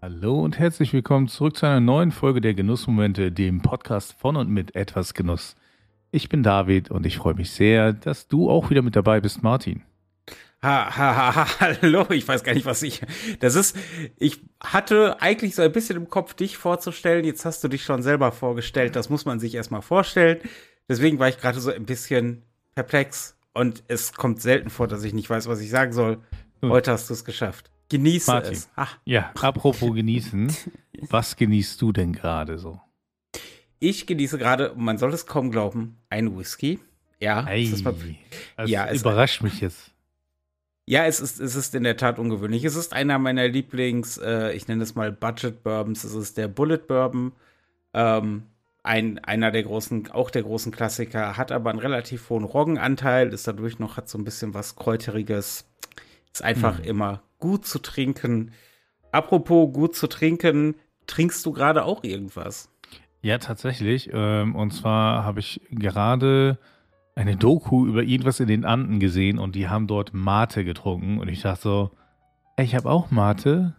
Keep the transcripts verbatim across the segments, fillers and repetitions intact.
Hallo und herzlich willkommen zurück zu einer neuen Folge der Genussmomente, dem Podcast von und mit etwas Genuss. Ich bin David und ich freue mich sehr, dass du auch wieder mit dabei bist, Martin. Ha, ha, ha, ha, hallo, ich weiß gar nicht, was ich. Das ist, ich hatte eigentlich so ein bisschen im Kopf, dich vorzustellen. Jetzt hast du dich schon selber vorgestellt. Das muss man sich erstmal vorstellen. Deswegen war ich gerade so ein bisschen perplex. Und es kommt selten vor, dass ich nicht weiß, was ich sagen soll. Nun, Heute hast du es geschafft. Genieße Martin, es. Ach, ja, apropos genießen, was genießt du denn gerade so? ich genieße gerade, man soll es kaum glauben, einen Whisky. Ja, Hey, es ist mal, das ja, es, überrascht mich jetzt. ja, es ist, es ist in der Tat ungewöhnlich. Es ist einer meiner Lieblings, äh, ich nenne es mal Budget Bourbons. Es ist der Bullet Bourbon. Ähm, ein, einer der großen, auch der großen Klassiker, hat aber einen relativ hohen Roggenanteil, ist dadurch noch, hat so ein bisschen was Kräuteriges. Ist einfach Hm. immer gut zu trinken. Apropos gut zu trinken, trinkst du gerade auch irgendwas? Ja, tatsächlich. Ähm, und zwar habe ich gerade eine Doku über irgendwas in den Anden gesehen und die haben dort Mate getrunken. Und ich dachte so, ey, ich habe auch Mate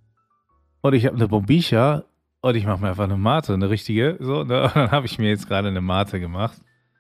und ich habe eine Bombicha und ich mache mir einfach eine Mate, eine richtige. So, ne? Und dann habe ich mir jetzt gerade eine Mate gemacht.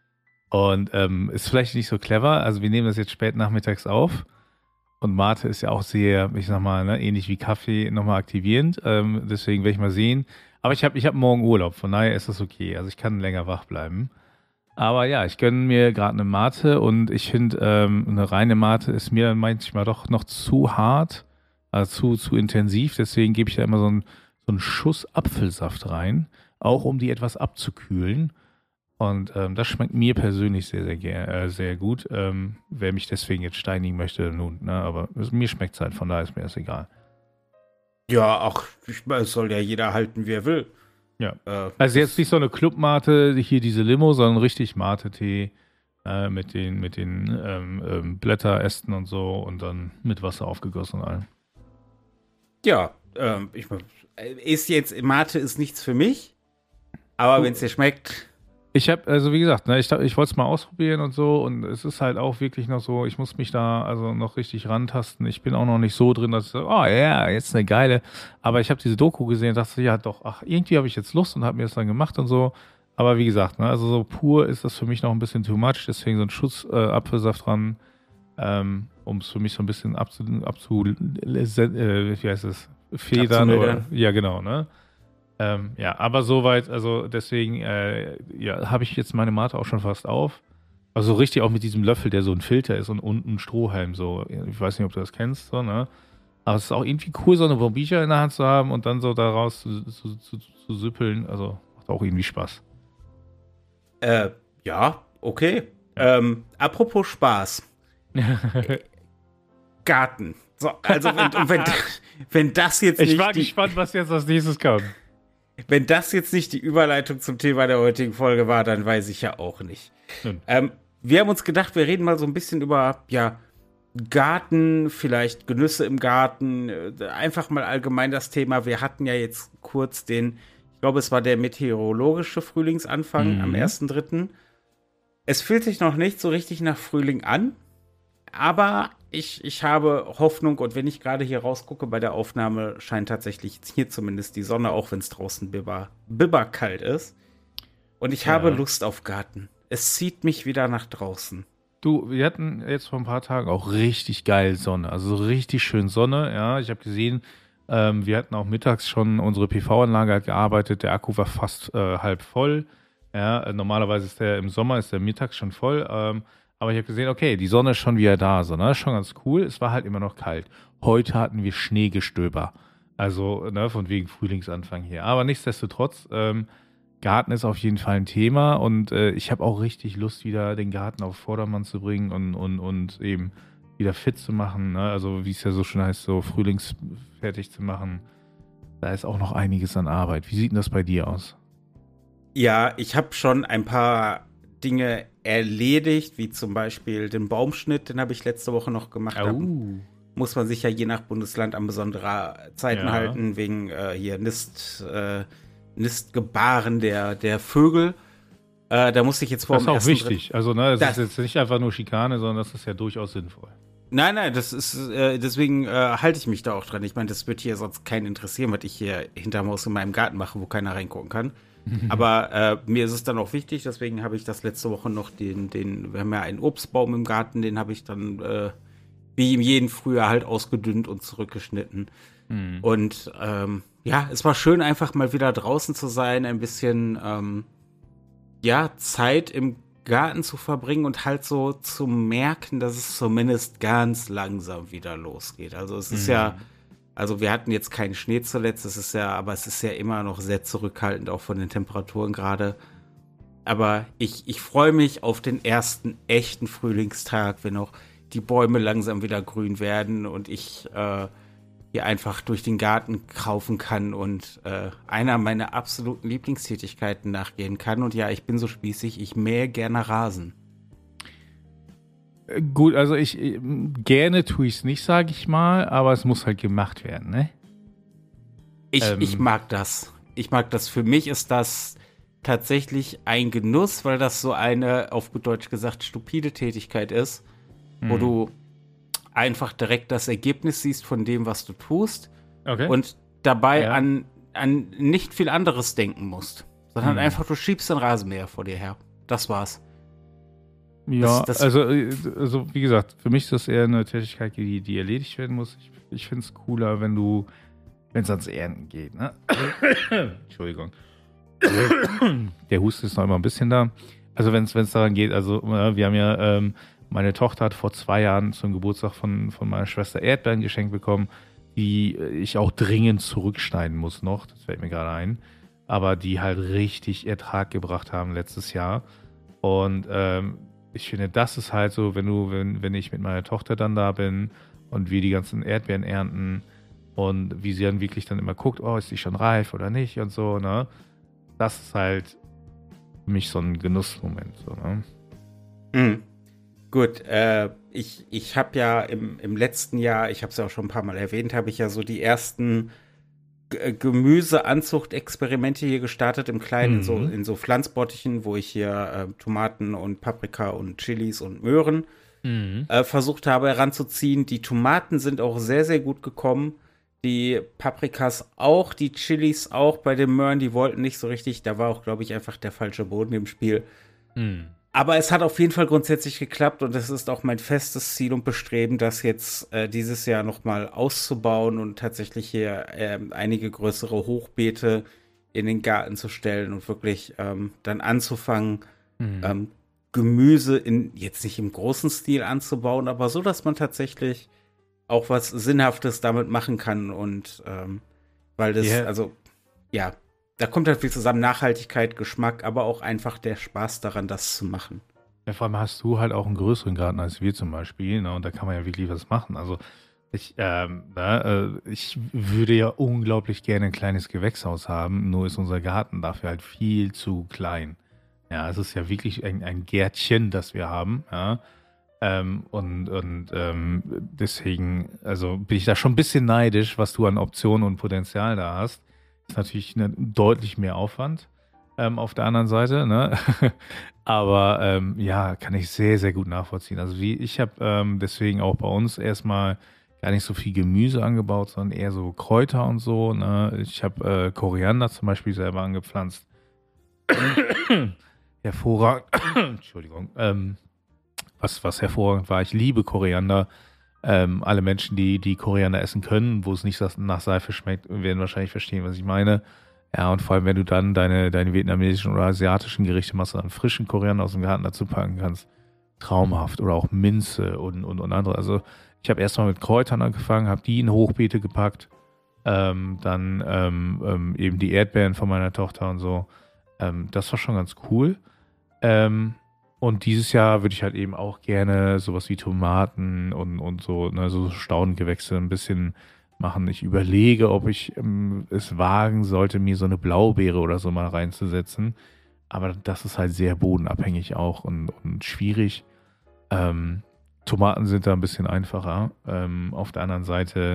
Und ähm, ist vielleicht nicht so clever. Also wir nehmen das jetzt spät nachmittags auf. Und Mate ist ja auch sehr, ich sag mal, ne, ähnlich wie Kaffee nochmal aktivierend. Ähm, deswegen werde ich mal sehen. Aber ich habe ich hab morgen Urlaub, von daher ist das okay. Also ich kann länger wach bleiben. Aber ja, ich gönne mir gerade eine Mate und ich finde, ähm, eine reine Mate ist mir manchmal doch noch zu hart, also zu, zu intensiv. Deswegen gebe ich da immer so einen, so einen Schuss Apfelsaft rein, auch um die etwas abzukühlen. Und ähm, das schmeckt mir persönlich sehr, sehr, ger- äh, sehr gut. Ähm, wer mich deswegen jetzt steinigen möchte, nun, ne? Aber es, mir schmeckt es halt, von daher ist mir das egal. Ja, ach, ich, es soll ja jeder halten, wie er will. Ja. Äh, Also jetzt das, nicht so eine Clubmate, hier diese Limo, sondern richtig Mate-Tee äh, mit den, mit den ähm, ähm, Blätterästen und so und dann mit Wasser aufgegossen und allem. ja, ähm, ich, ist jetzt, Mate ist nichts für mich, aber wenn es dir schmeckt, Ich habe, also wie gesagt, ne, ich, ich wollte es mal ausprobieren und so und es ist halt auch wirklich noch so, ich muss mich da also noch richtig rantasten. Ich bin auch noch nicht so drin, dass ich so, oh ja, jetzt eine geile. Aber ich habe diese Doku gesehen und dachte, ja doch, ach, irgendwie habe ich jetzt Lust und habe mir das dann gemacht und so. Aber wie gesagt, ne, also so pur ist das für mich noch ein bisschen too much, deswegen so ein Schuss äh, Apfelsaft dran, ähm, um es für mich so ein bisschen abzu, abzu äh, wie heißt es, federn oder, abzumildern. ja genau, ne? Ähm, ja, aber soweit, also deswegen, äh, ja, habe ich jetzt meine Mate auch schon fast auf. Also richtig auch mit diesem Löffel, der so ein Filter ist und unten ein Strohhalm so. Ich weiß nicht, ob du das kennst, so, ne? Aber es ist auch irgendwie cool, so eine Bombicha in der Hand zu haben und dann so daraus zu, zu, zu, zu süppeln. Also macht auch irgendwie Spaß. Äh, ja, okay. Ja. Ähm, apropos Spaß. Garten. So, also wenn, und wenn, wenn das jetzt Ich nicht war die, gespannt, was jetzt als nächstes kommt. wenn das jetzt nicht die Überleitung zum Thema der heutigen Folge war, dann weiß ich ja auch nicht. Nun. Ähm, wir haben uns gedacht, wir reden mal so ein bisschen über, ja, Garten, vielleicht Genüsse im Garten, äh, einfach mal allgemein das Thema. Wir hatten ja jetzt kurz den, ich glaube, es war der meteorologische Frühlingsanfang am Mhm. ersten dritten Es fühlt sich noch nicht so richtig nach Frühling an, aber ich, ich habe Hoffnung und wenn ich gerade hier rausgucke bei der Aufnahme, scheint tatsächlich hier zumindest die Sonne, auch wenn es draußen bibber, bibberkalt ist. Und ich habe Ja. Lust auf Garten. Es zieht mich wieder nach draußen. Du, wir hatten jetzt vor ein paar Tagen auch richtig geil Sonne, also so richtig schön Sonne, ja. Ich habe gesehen, ähm, wir hatten auch mittags schon unsere P V-Anlage hat gearbeitet, der Akku war fast äh, halb voll. Ja, äh, normalerweise ist der im Sommer, ist der mittags schon voll, ähm, aber ich habe gesehen, okay, die Sonne ist schon wieder da, so, ne, ist schon ganz cool. Es war halt immer noch kalt. Heute hatten wir Schneegestöber, also, ne, von wegen Frühlingsanfang hier. Aber nichtsdestotrotz, ähm, Garten ist auf jeden Fall ein Thema und äh, ich habe auch richtig Lust, wieder den Garten auf Vordermann zu bringen und, und, und eben wieder fit zu machen. Ne? Also wie es ja so schön heißt, so frühlingsfertig zu machen. Da ist auch noch einiges an Arbeit. Wie sieht denn das bei dir aus? Ja, ich habe schon ein paar Dinge erledigt, wie zum Beispiel den Baumschnitt, den habe ich letzte Woche noch gemacht. Da muss man sich ja je nach Bundesland an besondere Zeiten Ja. halten, wegen äh, hier Nist, äh, Nistgebaren der, der Vögel. Äh, da musste ich jetzt vor Das ist dem auch ersten wichtig. Also, ne, es Das- ist jetzt nicht einfach nur Schikane, sondern das ist ja durchaus sinnvoll. Nein, nein, das ist, äh, deswegen äh, halte ich mich da auch dran. Ich meine, das wird hier sonst keinen interessieren, was ich hier hinterm Haus in meinem Garten mache, wo keiner reingucken kann. Aber äh, mir ist es dann auch wichtig, deswegen habe ich das letzte Woche noch den, den, wir haben ja einen Obstbaum im Garten, den habe ich dann, äh, wie im jeden Frühjahr halt ausgedünnt und zurückgeschnitten. Mhm. Und ähm, ja, es war schön, einfach mal wieder draußen zu sein, ein bisschen, ähm, ja, Zeit im Garten zu verbringen und halt so zu merken, dass es zumindest ganz langsam wieder losgeht. Also es ist Mhm. ja, also wir hatten jetzt keinen Schnee zuletzt, es ist ja, aber es ist ja immer noch sehr zurückhaltend, auch von den Temperaturen gerade. Aber ich, ich freue mich auf den ersten echten Frühlingstag, wenn auch die Bäume langsam wieder grün werden und ich äh, hier einfach durch den Garten kaufen kann und äh, einer meiner absoluten Lieblingstätigkeiten nachgehen kann. Und ja, ich bin so spießig, ich mähe gerne Rasen. Äh, Gut, also ich äh, gerne tue ich es nicht, sage ich mal, aber es muss halt gemacht werden, ne? Ich, Ähm. ich mag das. Ich mag das. Für mich ist das tatsächlich ein Genuss, weil das so eine, auf gut Deutsch gesagt, stupide Tätigkeit ist, wo Mhm. du einfach direkt das Ergebnis siehst von dem, was du tust Okay. und dabei Ja. an, an nicht viel anderes denken musst, sondern Hm. einfach, du schiebst den Rasenmäher vor dir her. Das war's. Ja, das- das- also, äh, also wie gesagt, für mich ist das eher eine Tätigkeit, die, die erledigt werden muss. Ich, ich finde es cooler, wenn du, wenn es ans Ernten geht, ne? Entschuldigung. Der Husten ist noch immer ein bisschen da. Also wenn es daran geht, also äh, wir haben ja, ähm, meine Tochter hat vor zwei Jahren zum Geburtstag von, von meiner Schwester Erdbeeren geschenkt bekommen, die äh, ich auch dringend zurückschneiden muss noch, das fällt mir gerade ein, aber die halt richtig Ertrag gebracht haben letztes Jahr. Und ähm, ich finde, das ist halt so, wenn du, wenn, wenn ich mit meiner Tochter dann da bin und wir die ganzen Erdbeeren ernten und wie sie dann wirklich dann immer guckt, oh, ist die schon reif oder nicht und so, ne? Das ist halt für mich so ein Genussmoment, so, ne? Mhm. Gut, äh, ich, ich habe ja im, im letzten Jahr, ich habe es ja auch schon ein paar Mal erwähnt, habe ich ja so die ersten G- Gemüseanzuchtexperimente hier gestartet im Kleinen, in so, Mhm. in so Pflanzbottichen, wo ich hier äh, Tomaten und Paprika und Chilis und Möhren Mhm. äh, versucht habe heranzuziehen. Die Tomaten sind auch sehr, sehr gut gekommen. Die Paprikas auch, die Chilis auch. Bei den Möhren, die wollten nicht so richtig. Da war auch, glaube ich, einfach der falsche Boden im Spiel. Mhm. Aber es hat auf jeden Fall grundsätzlich geklappt und es ist auch mein festes Ziel und Bestreben, das jetzt äh, dieses Jahr noch mal auszubauen und tatsächlich hier ähm, einige größere Hochbeete in den Garten zu stellen und wirklich ähm, dann anzufangen, Mhm. ähm, Gemüse in jetzt nicht im großen Stil anzubauen, aber so, dass man tatsächlich auch was Sinnhaftes damit machen kann und ähm, weil das, Ja. also ja, da kommt halt viel zusammen, Nachhaltigkeit, Geschmack, aber auch einfach der Spaß daran, das zu machen. Ja, vor allem hast du halt auch einen größeren Garten als wir zum Beispiel, ne? Und da kann man ja wirklich was machen. Also ich, ähm, ne, äh, ich würde ja unglaublich gerne ein kleines Gewächshaus haben, nur ist unser Garten dafür halt viel zu klein. Ja, es ist ja wirklich ein, ein Gärtchen, das wir haben, ja. Ähm, und und ähm, deswegen, also bin ich da schon ein bisschen neidisch, was du an Optionen und Potenzial da hast. Ist natürlich ne, deutlich mehr Aufwand ähm, auf der anderen Seite, ne? Aber ähm, ja, kann ich sehr, sehr gut nachvollziehen. Also wie ich habe ähm, deswegen auch bei uns erstmal gar nicht so viel Gemüse angebaut, sondern eher so Kräuter und so. Ne? Ich habe äh, Koriander zum Beispiel selber angepflanzt. Hervorragend. Entschuldigung. Ähm, was, was hervorragend war, ich liebe Koriander. Ähm, alle Menschen, die, die Koriander essen können, wo es nicht nach Seife schmeckt, werden wahrscheinlich verstehen, was ich meine. Ja, und vor allem, wenn du dann deine, deine vietnamesischen oder asiatischen Gerichte machst, dann frischen Koriander aus dem Garten dazu packen kannst. Traumhaft. Oder auch Minze und, und, und andere. Also ich habe erstmal mit Kräutern angefangen, habe die in Hochbeete gepackt. Ähm, dann ähm, ähm, eben die Erdbeeren von meiner Tochter und so. Ähm, das war schon ganz cool. Ähm, und dieses Jahr würde ich halt eben auch gerne sowas wie Tomaten und, und so, ne, so Staudengewächse ein bisschen machen. Ich überlege, ob ich ähm, es wagen sollte, mir so eine Blaubeere oder so mal reinzusetzen. Aber das ist halt sehr bodenabhängig auch und, und schwierig. Ähm, Tomaten sind da ein bisschen einfacher. Ähm, auf der anderen Seite,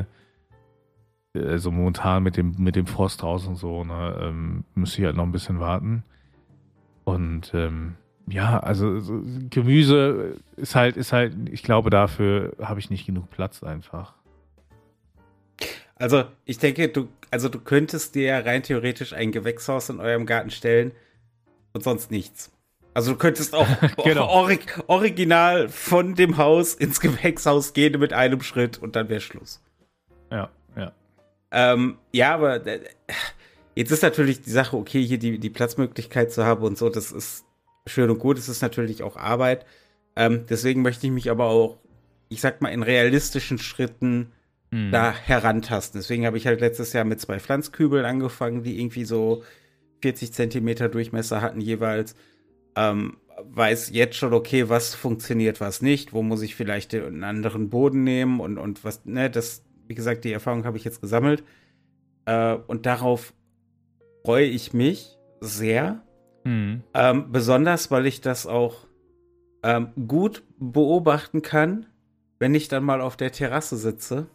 also momentan mit dem, mit dem Frost draußen und so, ne, ähm, müsste ich halt noch ein bisschen warten. Und ähm, Ja, also so Gemüse ist halt, ist halt, ich glaube, dafür habe ich nicht genug Platz einfach. Also, ich denke, du, also du könntest dir ja rein theoretisch ein Gewächshaus in eurem Garten stellen und sonst nichts. Also du könntest auch Genau. orig, original von dem Haus ins Gewächshaus gehen mit einem Schritt und dann wäre Schluss. Ja, ja. Ähm, ja, aber äh, jetzt ist natürlich die Sache, okay, hier die, die Platzmöglichkeit zu haben und so, das ist schön und gut, es ist natürlich auch Arbeit. Ähm, deswegen möchte ich mich aber auch, ich sag mal, in realistischen Schritten Hm. da herantasten. Deswegen habe ich halt letztes Jahr mit zwei Pflanzkübeln angefangen, die irgendwie so vierzig Zentimeter Durchmesser hatten jeweils. Ähm, weiß jetzt schon, okay, was funktioniert, was nicht, wo muss ich vielleicht einen anderen Boden nehmen und, und was, ne, das, wie gesagt, die Erfahrung habe ich jetzt gesammelt. Äh, und darauf freue ich mich sehr. Hm. Ähm, besonders, weil ich das auch ähm, gut beobachten kann, wenn ich dann mal auf der Terrasse sitze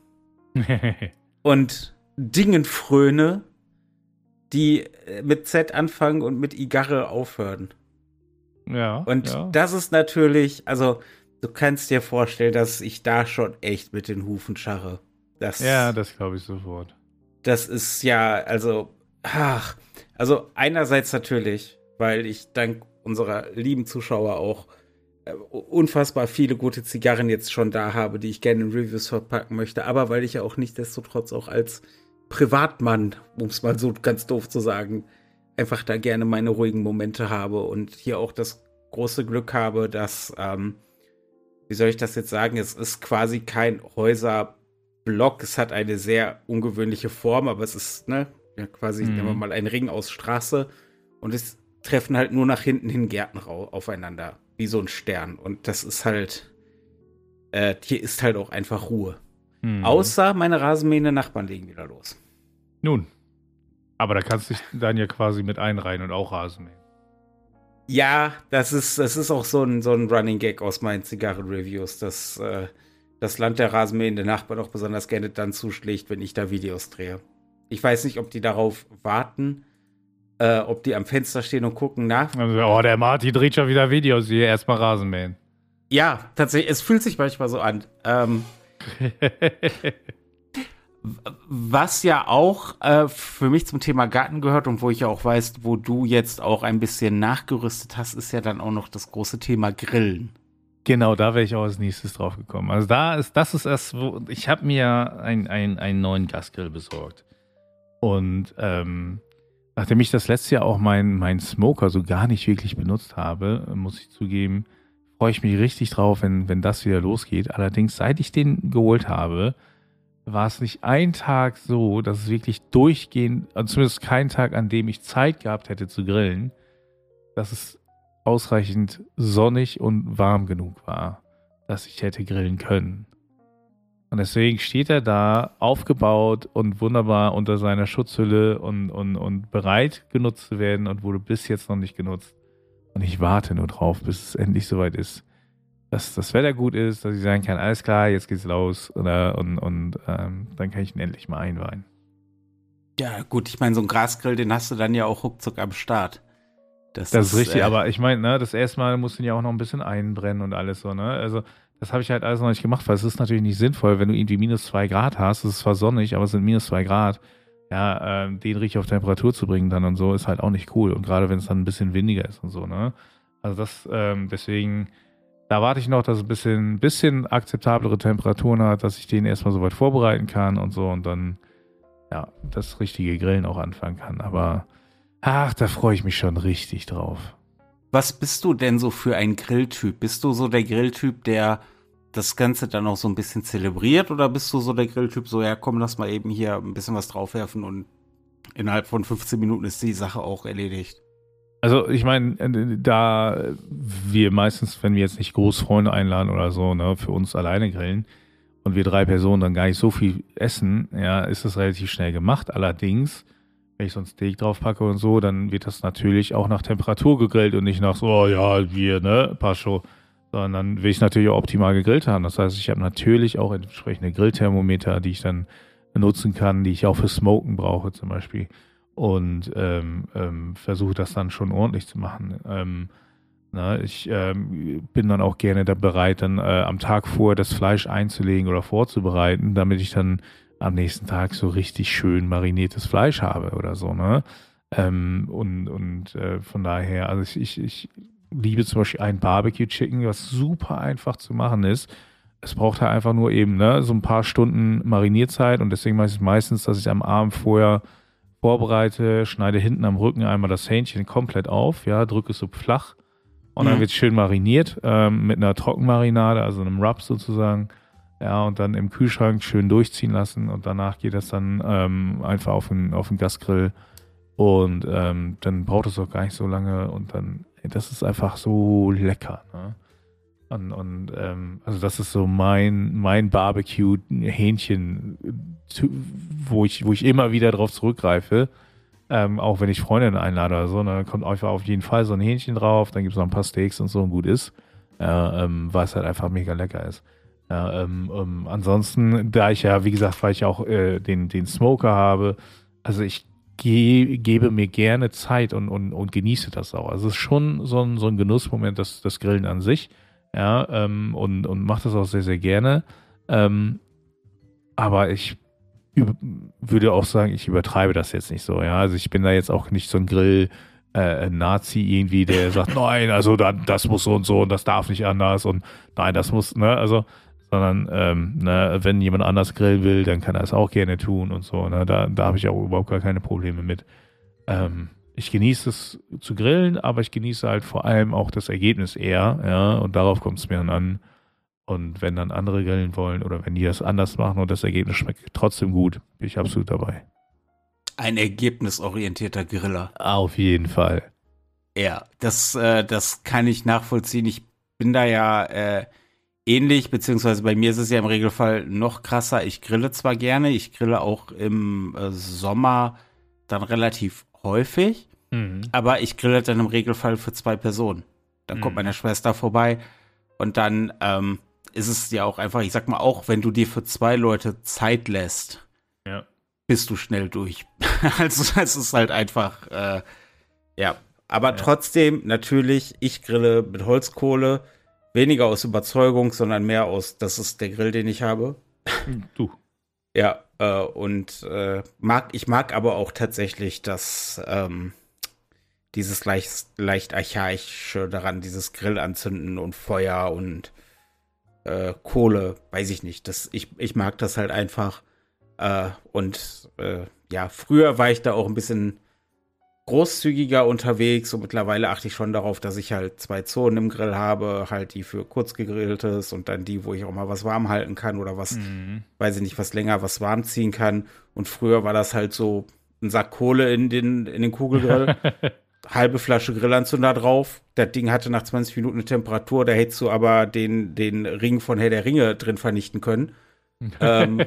und Dingen fröne, die mit Z anfangen und mit Igarre aufhören. Ja. Und ja. das ist natürlich, also du kannst dir vorstellen, dass ich da schon echt mit den Hufen scharre. Das, Ja, das glaube ich sofort. Das ist ja, also, ach, also einerseits natürlich, weil ich dank unserer lieben Zuschauer auch äh, unfassbar viele gute Zigarren jetzt schon da habe, die ich gerne in Reviews verpacken möchte, aber weil ich ja auch nichtsdestotrotz auch als Privatmann, um es mal so ganz doof zu sagen, einfach da gerne meine ruhigen Momente habe und hier auch das große Glück habe, dass, ähm, wie soll ich das jetzt sagen, es ist quasi kein Häuserblock, es hat eine sehr ungewöhnliche Form, aber es ist, ne, ja, quasi, Mhm. nehmen wir mal ein Ring aus Straße und es treffen halt nur nach hinten hin Gärten aufeinander, wie so ein Stern und das ist halt, äh, hier ist halt auch einfach Ruhe. Mhm. Außer meine rasenmähenden Nachbarn legen wieder los. Nun. Aber da kannst du dich dann ja quasi mit einreihen und auch Rasen mähen. Ja, das ist, das ist auch so ein, so ein Running Gag aus meinen Zigarren-Reviews, dass äh, das Land der rasenmähende Nachbarn auch besonders gerne dann zuschlägt, wenn ich da Videos drehe. Ich weiß nicht, ob die darauf warten, äh, ob die am Fenster stehen und gucken nach. Also, oh, der Martin dreht schon wieder Videos hier. Erstmal Rasen mähen. Ja, tatsächlich, es fühlt sich manchmal so an. Ähm, Was ja auch äh, für mich zum Thema Garten gehört und wo ich ja auch weiß, wo du jetzt auch ein bisschen nachgerüstet hast, ist ja dann auch noch das große Thema Grillen. Genau, da wäre ich auch als nächstes drauf gekommen. Also da ist, das ist erst, wo ich habe mir ein, ein, einen neuen Gasgrill besorgt. Und ähm, nachdem ich das letzte Jahr auch meinen mein Smoker so gar nicht wirklich benutzt habe, muss ich zugeben, freue ich mich richtig drauf, wenn, wenn das wieder losgeht. Allerdings, seit ich den geholt habe, war es nicht ein Tag so, dass es wirklich durchgehend, also zumindest kein Tag, an dem ich Zeit gehabt hätte zu grillen, dass es ausreichend sonnig und warm genug war, dass ich hätte grillen können. Und deswegen steht er da, aufgebaut und wunderbar unter seiner Schutzhülle und, und, und bereit genutzt zu werden und wurde bis jetzt noch nicht genutzt. Und ich warte nur drauf, bis es endlich soweit ist, dass das Wetter gut ist, dass ich sagen kann, alles klar, jetzt geht's los. Oder, und und ähm, dann kann ich ihn endlich mal einweihen. Ja, gut, ich meine, so ein Grasgrill, den hast du dann ja auch ruckzuck am Start. Das, das ist richtig, äh, aber ich meine, ne, das erste Mal musst du ihn ja auch noch ein bisschen einbrennen und alles so, ne? Also, das habe ich halt alles noch nicht gemacht, weil es ist natürlich nicht sinnvoll, wenn du irgendwie minus zwei Grad hast, es ist zwar sonnig, aber es sind minus zwei Grad, ja, ähm, den richtig auf Temperatur zu bringen dann und so, ist halt auch nicht cool. Und gerade wenn es dann ein bisschen windiger ist und so, ne? Also das, ähm, deswegen, da warte ich noch, dass es ein bisschen, bisschen akzeptablere Temperaturen hat, dass ich den erstmal soweit vorbereiten kann und so und dann, ja, das richtige Grillen auch anfangen kann. Aber ach, da freue ich mich schon richtig drauf. Was bist du denn so für ein Grilltyp? Bist du so der Grilltyp, der das Ganze dann auch so ein bisschen zelebriert? Oder bist du so der Grilltyp, so, ja, komm, lass mal eben hier ein bisschen was draufwerfen und innerhalb von fünfzehn Minuten ist die Sache auch erledigt? Also ich meine, da wir meistens, wenn wir jetzt nicht Großfreunde einladen oder so, ne, für uns alleine grillen und wir drei Personen dann gar nicht so viel essen, ja, ist das relativ schnell gemacht. Allerdings, wenn ich so ein Steak drauf packe und so, dann wird das natürlich auch nach Temperatur gegrillt und nicht nach so, oh ja, wir, ne, Pascho, sondern dann will ich natürlich auch optimal gegrillt haben. Das heißt, ich habe natürlich auch entsprechende Grillthermometer, die ich dann nutzen kann, die ich auch für Smoken brauche zum Beispiel. Und ähm, ähm, versuche das dann schon ordentlich zu machen. Ähm, Na, ich ähm, bin dann auch gerne da bereit, dann äh, am Tag vorher das Fleisch einzulegen oder vorzubereiten, damit ich dann am nächsten Tag so richtig schön mariniertes Fleisch habe oder so, ne? Ähm, und und äh, von daher, also ich, ich, ich liebe zum Beispiel ein Barbecue Chicken, was super einfach zu machen ist. Es braucht halt einfach nur eben, ne, so ein paar Stunden Marinierzeit und deswegen mache ich es meistens, dass ich am Abend vorher vorbereite, schneide hinten am Rücken einmal das Hähnchen komplett auf, ja, drücke es so flach und dann Mhm. wird es schön mariniert ähm, mit einer Trockenmarinade, also einem Rub sozusagen. Ja, und dann im Kühlschrank schön durchziehen lassen und danach geht das dann ähm, einfach auf den, auf den Gasgrill und ähm, dann braucht es auch gar nicht so lange und dann, ey, das ist einfach so lecker. Ne? Und, und ähm, also das ist so mein, mein Barbecue-Hähnchen, zu- wo ich, wo ich immer wieder drauf zurückgreife. Ähm, auch wenn ich Freundinnen einlade oder so, ne, dann kommt einfach auf jeden Fall so ein Hähnchen drauf, dann gibt es noch ein paar Steaks und so und gut ist. Ja, ähm, weil es halt einfach mega lecker ist. Ja, ähm, ähm, ansonsten, da ich ja, wie gesagt, weil ich auch äh, den, den Smoker habe, also ich ge gebe mir gerne Zeit und, und, und genieße das auch. Also es ist schon so ein, so ein Genussmoment, das, das Grillen an sich. Ja, ähm, und, und mache das auch sehr, sehr gerne. Ähm, aber ich üb- würde auch sagen, ich übertreibe das jetzt nicht so, ja. Also ich bin da jetzt auch nicht so ein Grill. Äh, Nazi irgendwie, der sagt, nein, also dann, das muss so und so und das darf nicht anders und nein, das muss, ne, also, sondern, ähm, ne, wenn jemand anders grillen will, dann kann er es auch gerne tun und so, ne, da, da habe ich auch überhaupt gar keine Probleme mit. Ähm, ich genieße es zu grillen, aber ich genieße halt vor allem auch das Ergebnis eher, ja, und darauf kommt es mir dann an. Und wenn dann andere grillen wollen oder wenn die das anders machen und das Ergebnis schmeckt trotzdem gut, bin ich absolut dabei. Ein ergebnisorientierter Griller. Auf jeden Fall. Ja, das, äh, das kann ich nachvollziehen. Ich bin da ja äh, ähnlich, beziehungsweise bei mir ist es ja im Regelfall noch krasser. Ich grille zwar gerne, ich grille auch im äh, Sommer dann relativ häufig, Mhm. aber ich grille dann im Regelfall für zwei Personen. Dann kommt Mhm. meine Schwester vorbei und dann ähm, ist es ja auch einfach, ich sag mal, auch wenn du dir für zwei Leute Zeit lässt, Ja. bist du schnell durch. Also es ist halt einfach, äh, ja. Aber Ja. trotzdem, natürlich, ich grille mit Holzkohle. Weniger aus Überzeugung, sondern mehr aus, das ist der Grill, den ich habe. Du. Ja, äh, und äh, mag, ich mag aber auch tatsächlich das, ähm, dieses leicht, leicht archaische daran, dieses Grill anzünden und Feuer und äh, Kohle, weiß ich nicht. Das, ich, ich mag das halt einfach. Äh, und äh, ja, früher war ich da auch ein bisschen großzügiger unterwegs und mittlerweile achte ich schon darauf, dass ich halt zwei Zonen im Grill habe, halt die für kurz gegrilltes und dann die, wo ich auch mal was warm halten kann oder was, Mhm. weiß ich nicht, was länger, was warm ziehen kann. Und früher war das halt so ein Sack Kohle in den, in den Kugelgrill, halbe Flasche Grillanzünder drauf. Das Ding hatte nach zwanzig Minuten eine Temperatur, da hättest du aber den, den Ring von Herr der Ringe drin vernichten können. ähm,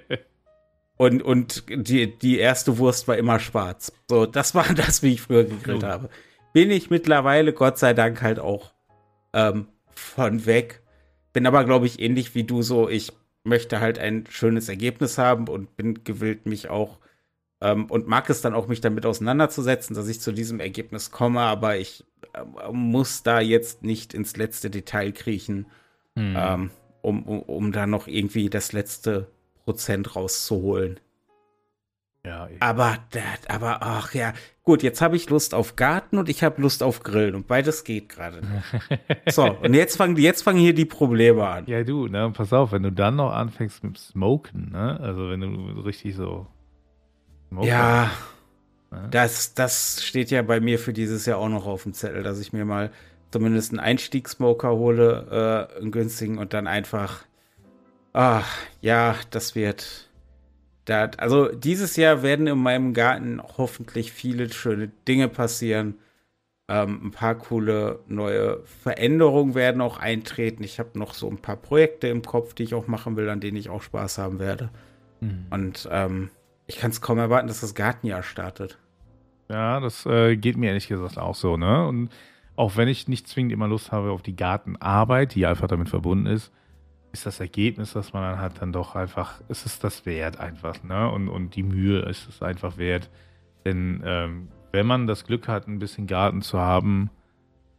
Und, und die, die erste Wurst war immer schwarz. So, das war das, wie ich früher gegrillt Oh. habe. Bin ich mittlerweile, Gott sei Dank, halt auch ähm, von weg. Bin aber, glaube ich, ähnlich wie du so. Ich möchte halt ein schönes Ergebnis haben und bin gewillt, mich auch ähm, und mag es dann auch, mich damit auseinanderzusetzen, dass ich zu diesem Ergebnis komme. Aber ich äh, muss da jetzt nicht ins letzte Detail kriechen, Mhm. ähm, um, um, um da noch irgendwie das letzte Prozent rauszuholen. Ja, eben. Aber, das- aber, ach ja, gut, jetzt habe ich Lust auf Garten und ich habe Lust auf Grillen und beides geht gerade nicht. So, und jetzt fangen, jetzt fangen hier die Probleme an. Ja, du, ne, pass auf, wenn du dann noch anfängst mit Smoken, ne, also wenn du richtig so Smoker Ja, ne? das, das steht ja bei mir für dieses Jahr auch noch auf dem Zettel, dass ich mir mal zumindest einen Einstiegssmoker hole, äh, einen günstigen und dann einfach, ach, ja, das wird, da, also dieses Jahr werden in meinem Garten hoffentlich viele schöne Dinge passieren. Ähm, ein paar coole neue Veränderungen werden auch eintreten. Ich habe noch so ein paar Projekte im Kopf, die ich auch machen will, an denen ich auch Spaß haben werde. Mhm. Und ähm, ich kann es kaum erwarten, dass das Gartenjahr startet. Ja, das äh, geht mir ehrlich gesagt auch so, ne? Und auch wenn ich nicht zwingend immer Lust habe auf die Gartenarbeit, die einfach damit verbunden ist, ist das Ergebnis, das man dann hat, dann doch einfach, es ist das wert einfach, ne? Und, und die Mühe ist es einfach wert. Denn ähm, wenn man das Glück hat, ein bisschen Garten zu haben,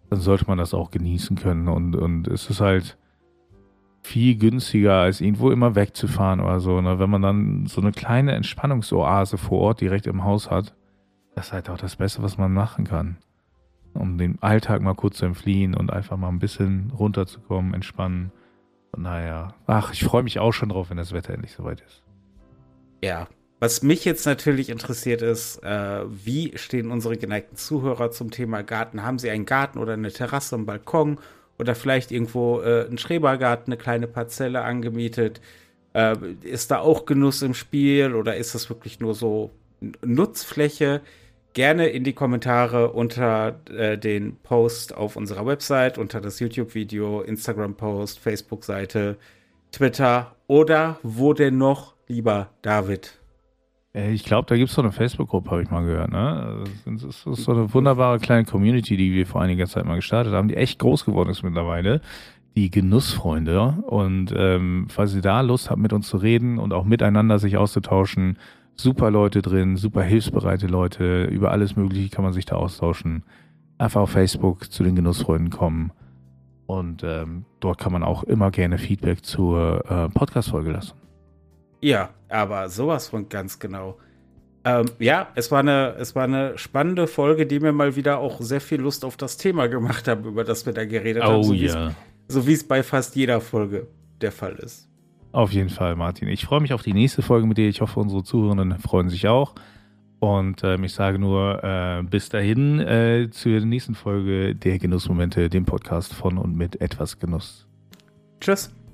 dann sollte man das auch genießen können. Und, und es ist halt viel günstiger, als irgendwo immer wegzufahren oder so. Ne? Wenn man dann so eine kleine Entspannungsoase vor Ort direkt im Haus hat, das ist halt auch das Beste, was man machen kann. Um den Alltag mal kurz zu entfliehen und einfach mal ein bisschen runterzukommen, entspannen. Von daher, ach, ich freue mich auch schon drauf, wenn das Wetter endlich soweit ist. Ja, was mich jetzt natürlich interessiert ist, äh, wie stehen unsere geneigten Zuhörer zum Thema Garten? Haben sie einen Garten oder eine Terrasse, einen Balkon oder vielleicht irgendwo äh, einen Schrebergarten, eine kleine Parzelle angemietet? Äh, ist da auch Genuss im Spiel oder ist das wirklich nur so Nutzfläche? Gerne in die Kommentare unter äh, den Post auf unserer Website, unter das YouTube-Video, Instagram-Post, Facebook-Seite, Twitter oder wo denn noch, lieber David? Ich glaube, da gibt es so eine Facebook-Gruppe, habe ich mal gehört. Ne? Das ist so eine wunderbare kleine Community, die wir vor einiger Zeit mal gestartet haben, die echt groß geworden ist mittlerweile. Die Genussfreunde. Und ähm, falls ihr da Lust habt, mit uns zu reden und auch miteinander sich auszutauschen, super Leute drin, super hilfsbereite Leute, über alles Mögliche kann man sich da austauschen. Einfach auf Facebook zu den Genussfreunden kommen. Und ähm, dort kann man auch immer gerne Feedback zur äh, Podcast-Folge lassen. Ja, aber sowas von ganz genau. Ähm, ja, es war, eine, es war eine spannende Folge, die mir mal wieder auch sehr viel Lust auf das Thema gemacht hat, über das wir da geredet oh, haben. So ja. So wie es bei fast jeder Folge der Fall ist. Auf jeden Fall, Martin. Ich freue mich auf die nächste Folge mit dir. Ich hoffe, unsere Zuhörenden freuen sich auch. Und ähm, ich sage nur, äh, bis dahin äh, zur nächsten Folge der Genussmomente, dem Podcast von und mit etwas Genuss. Tschüss.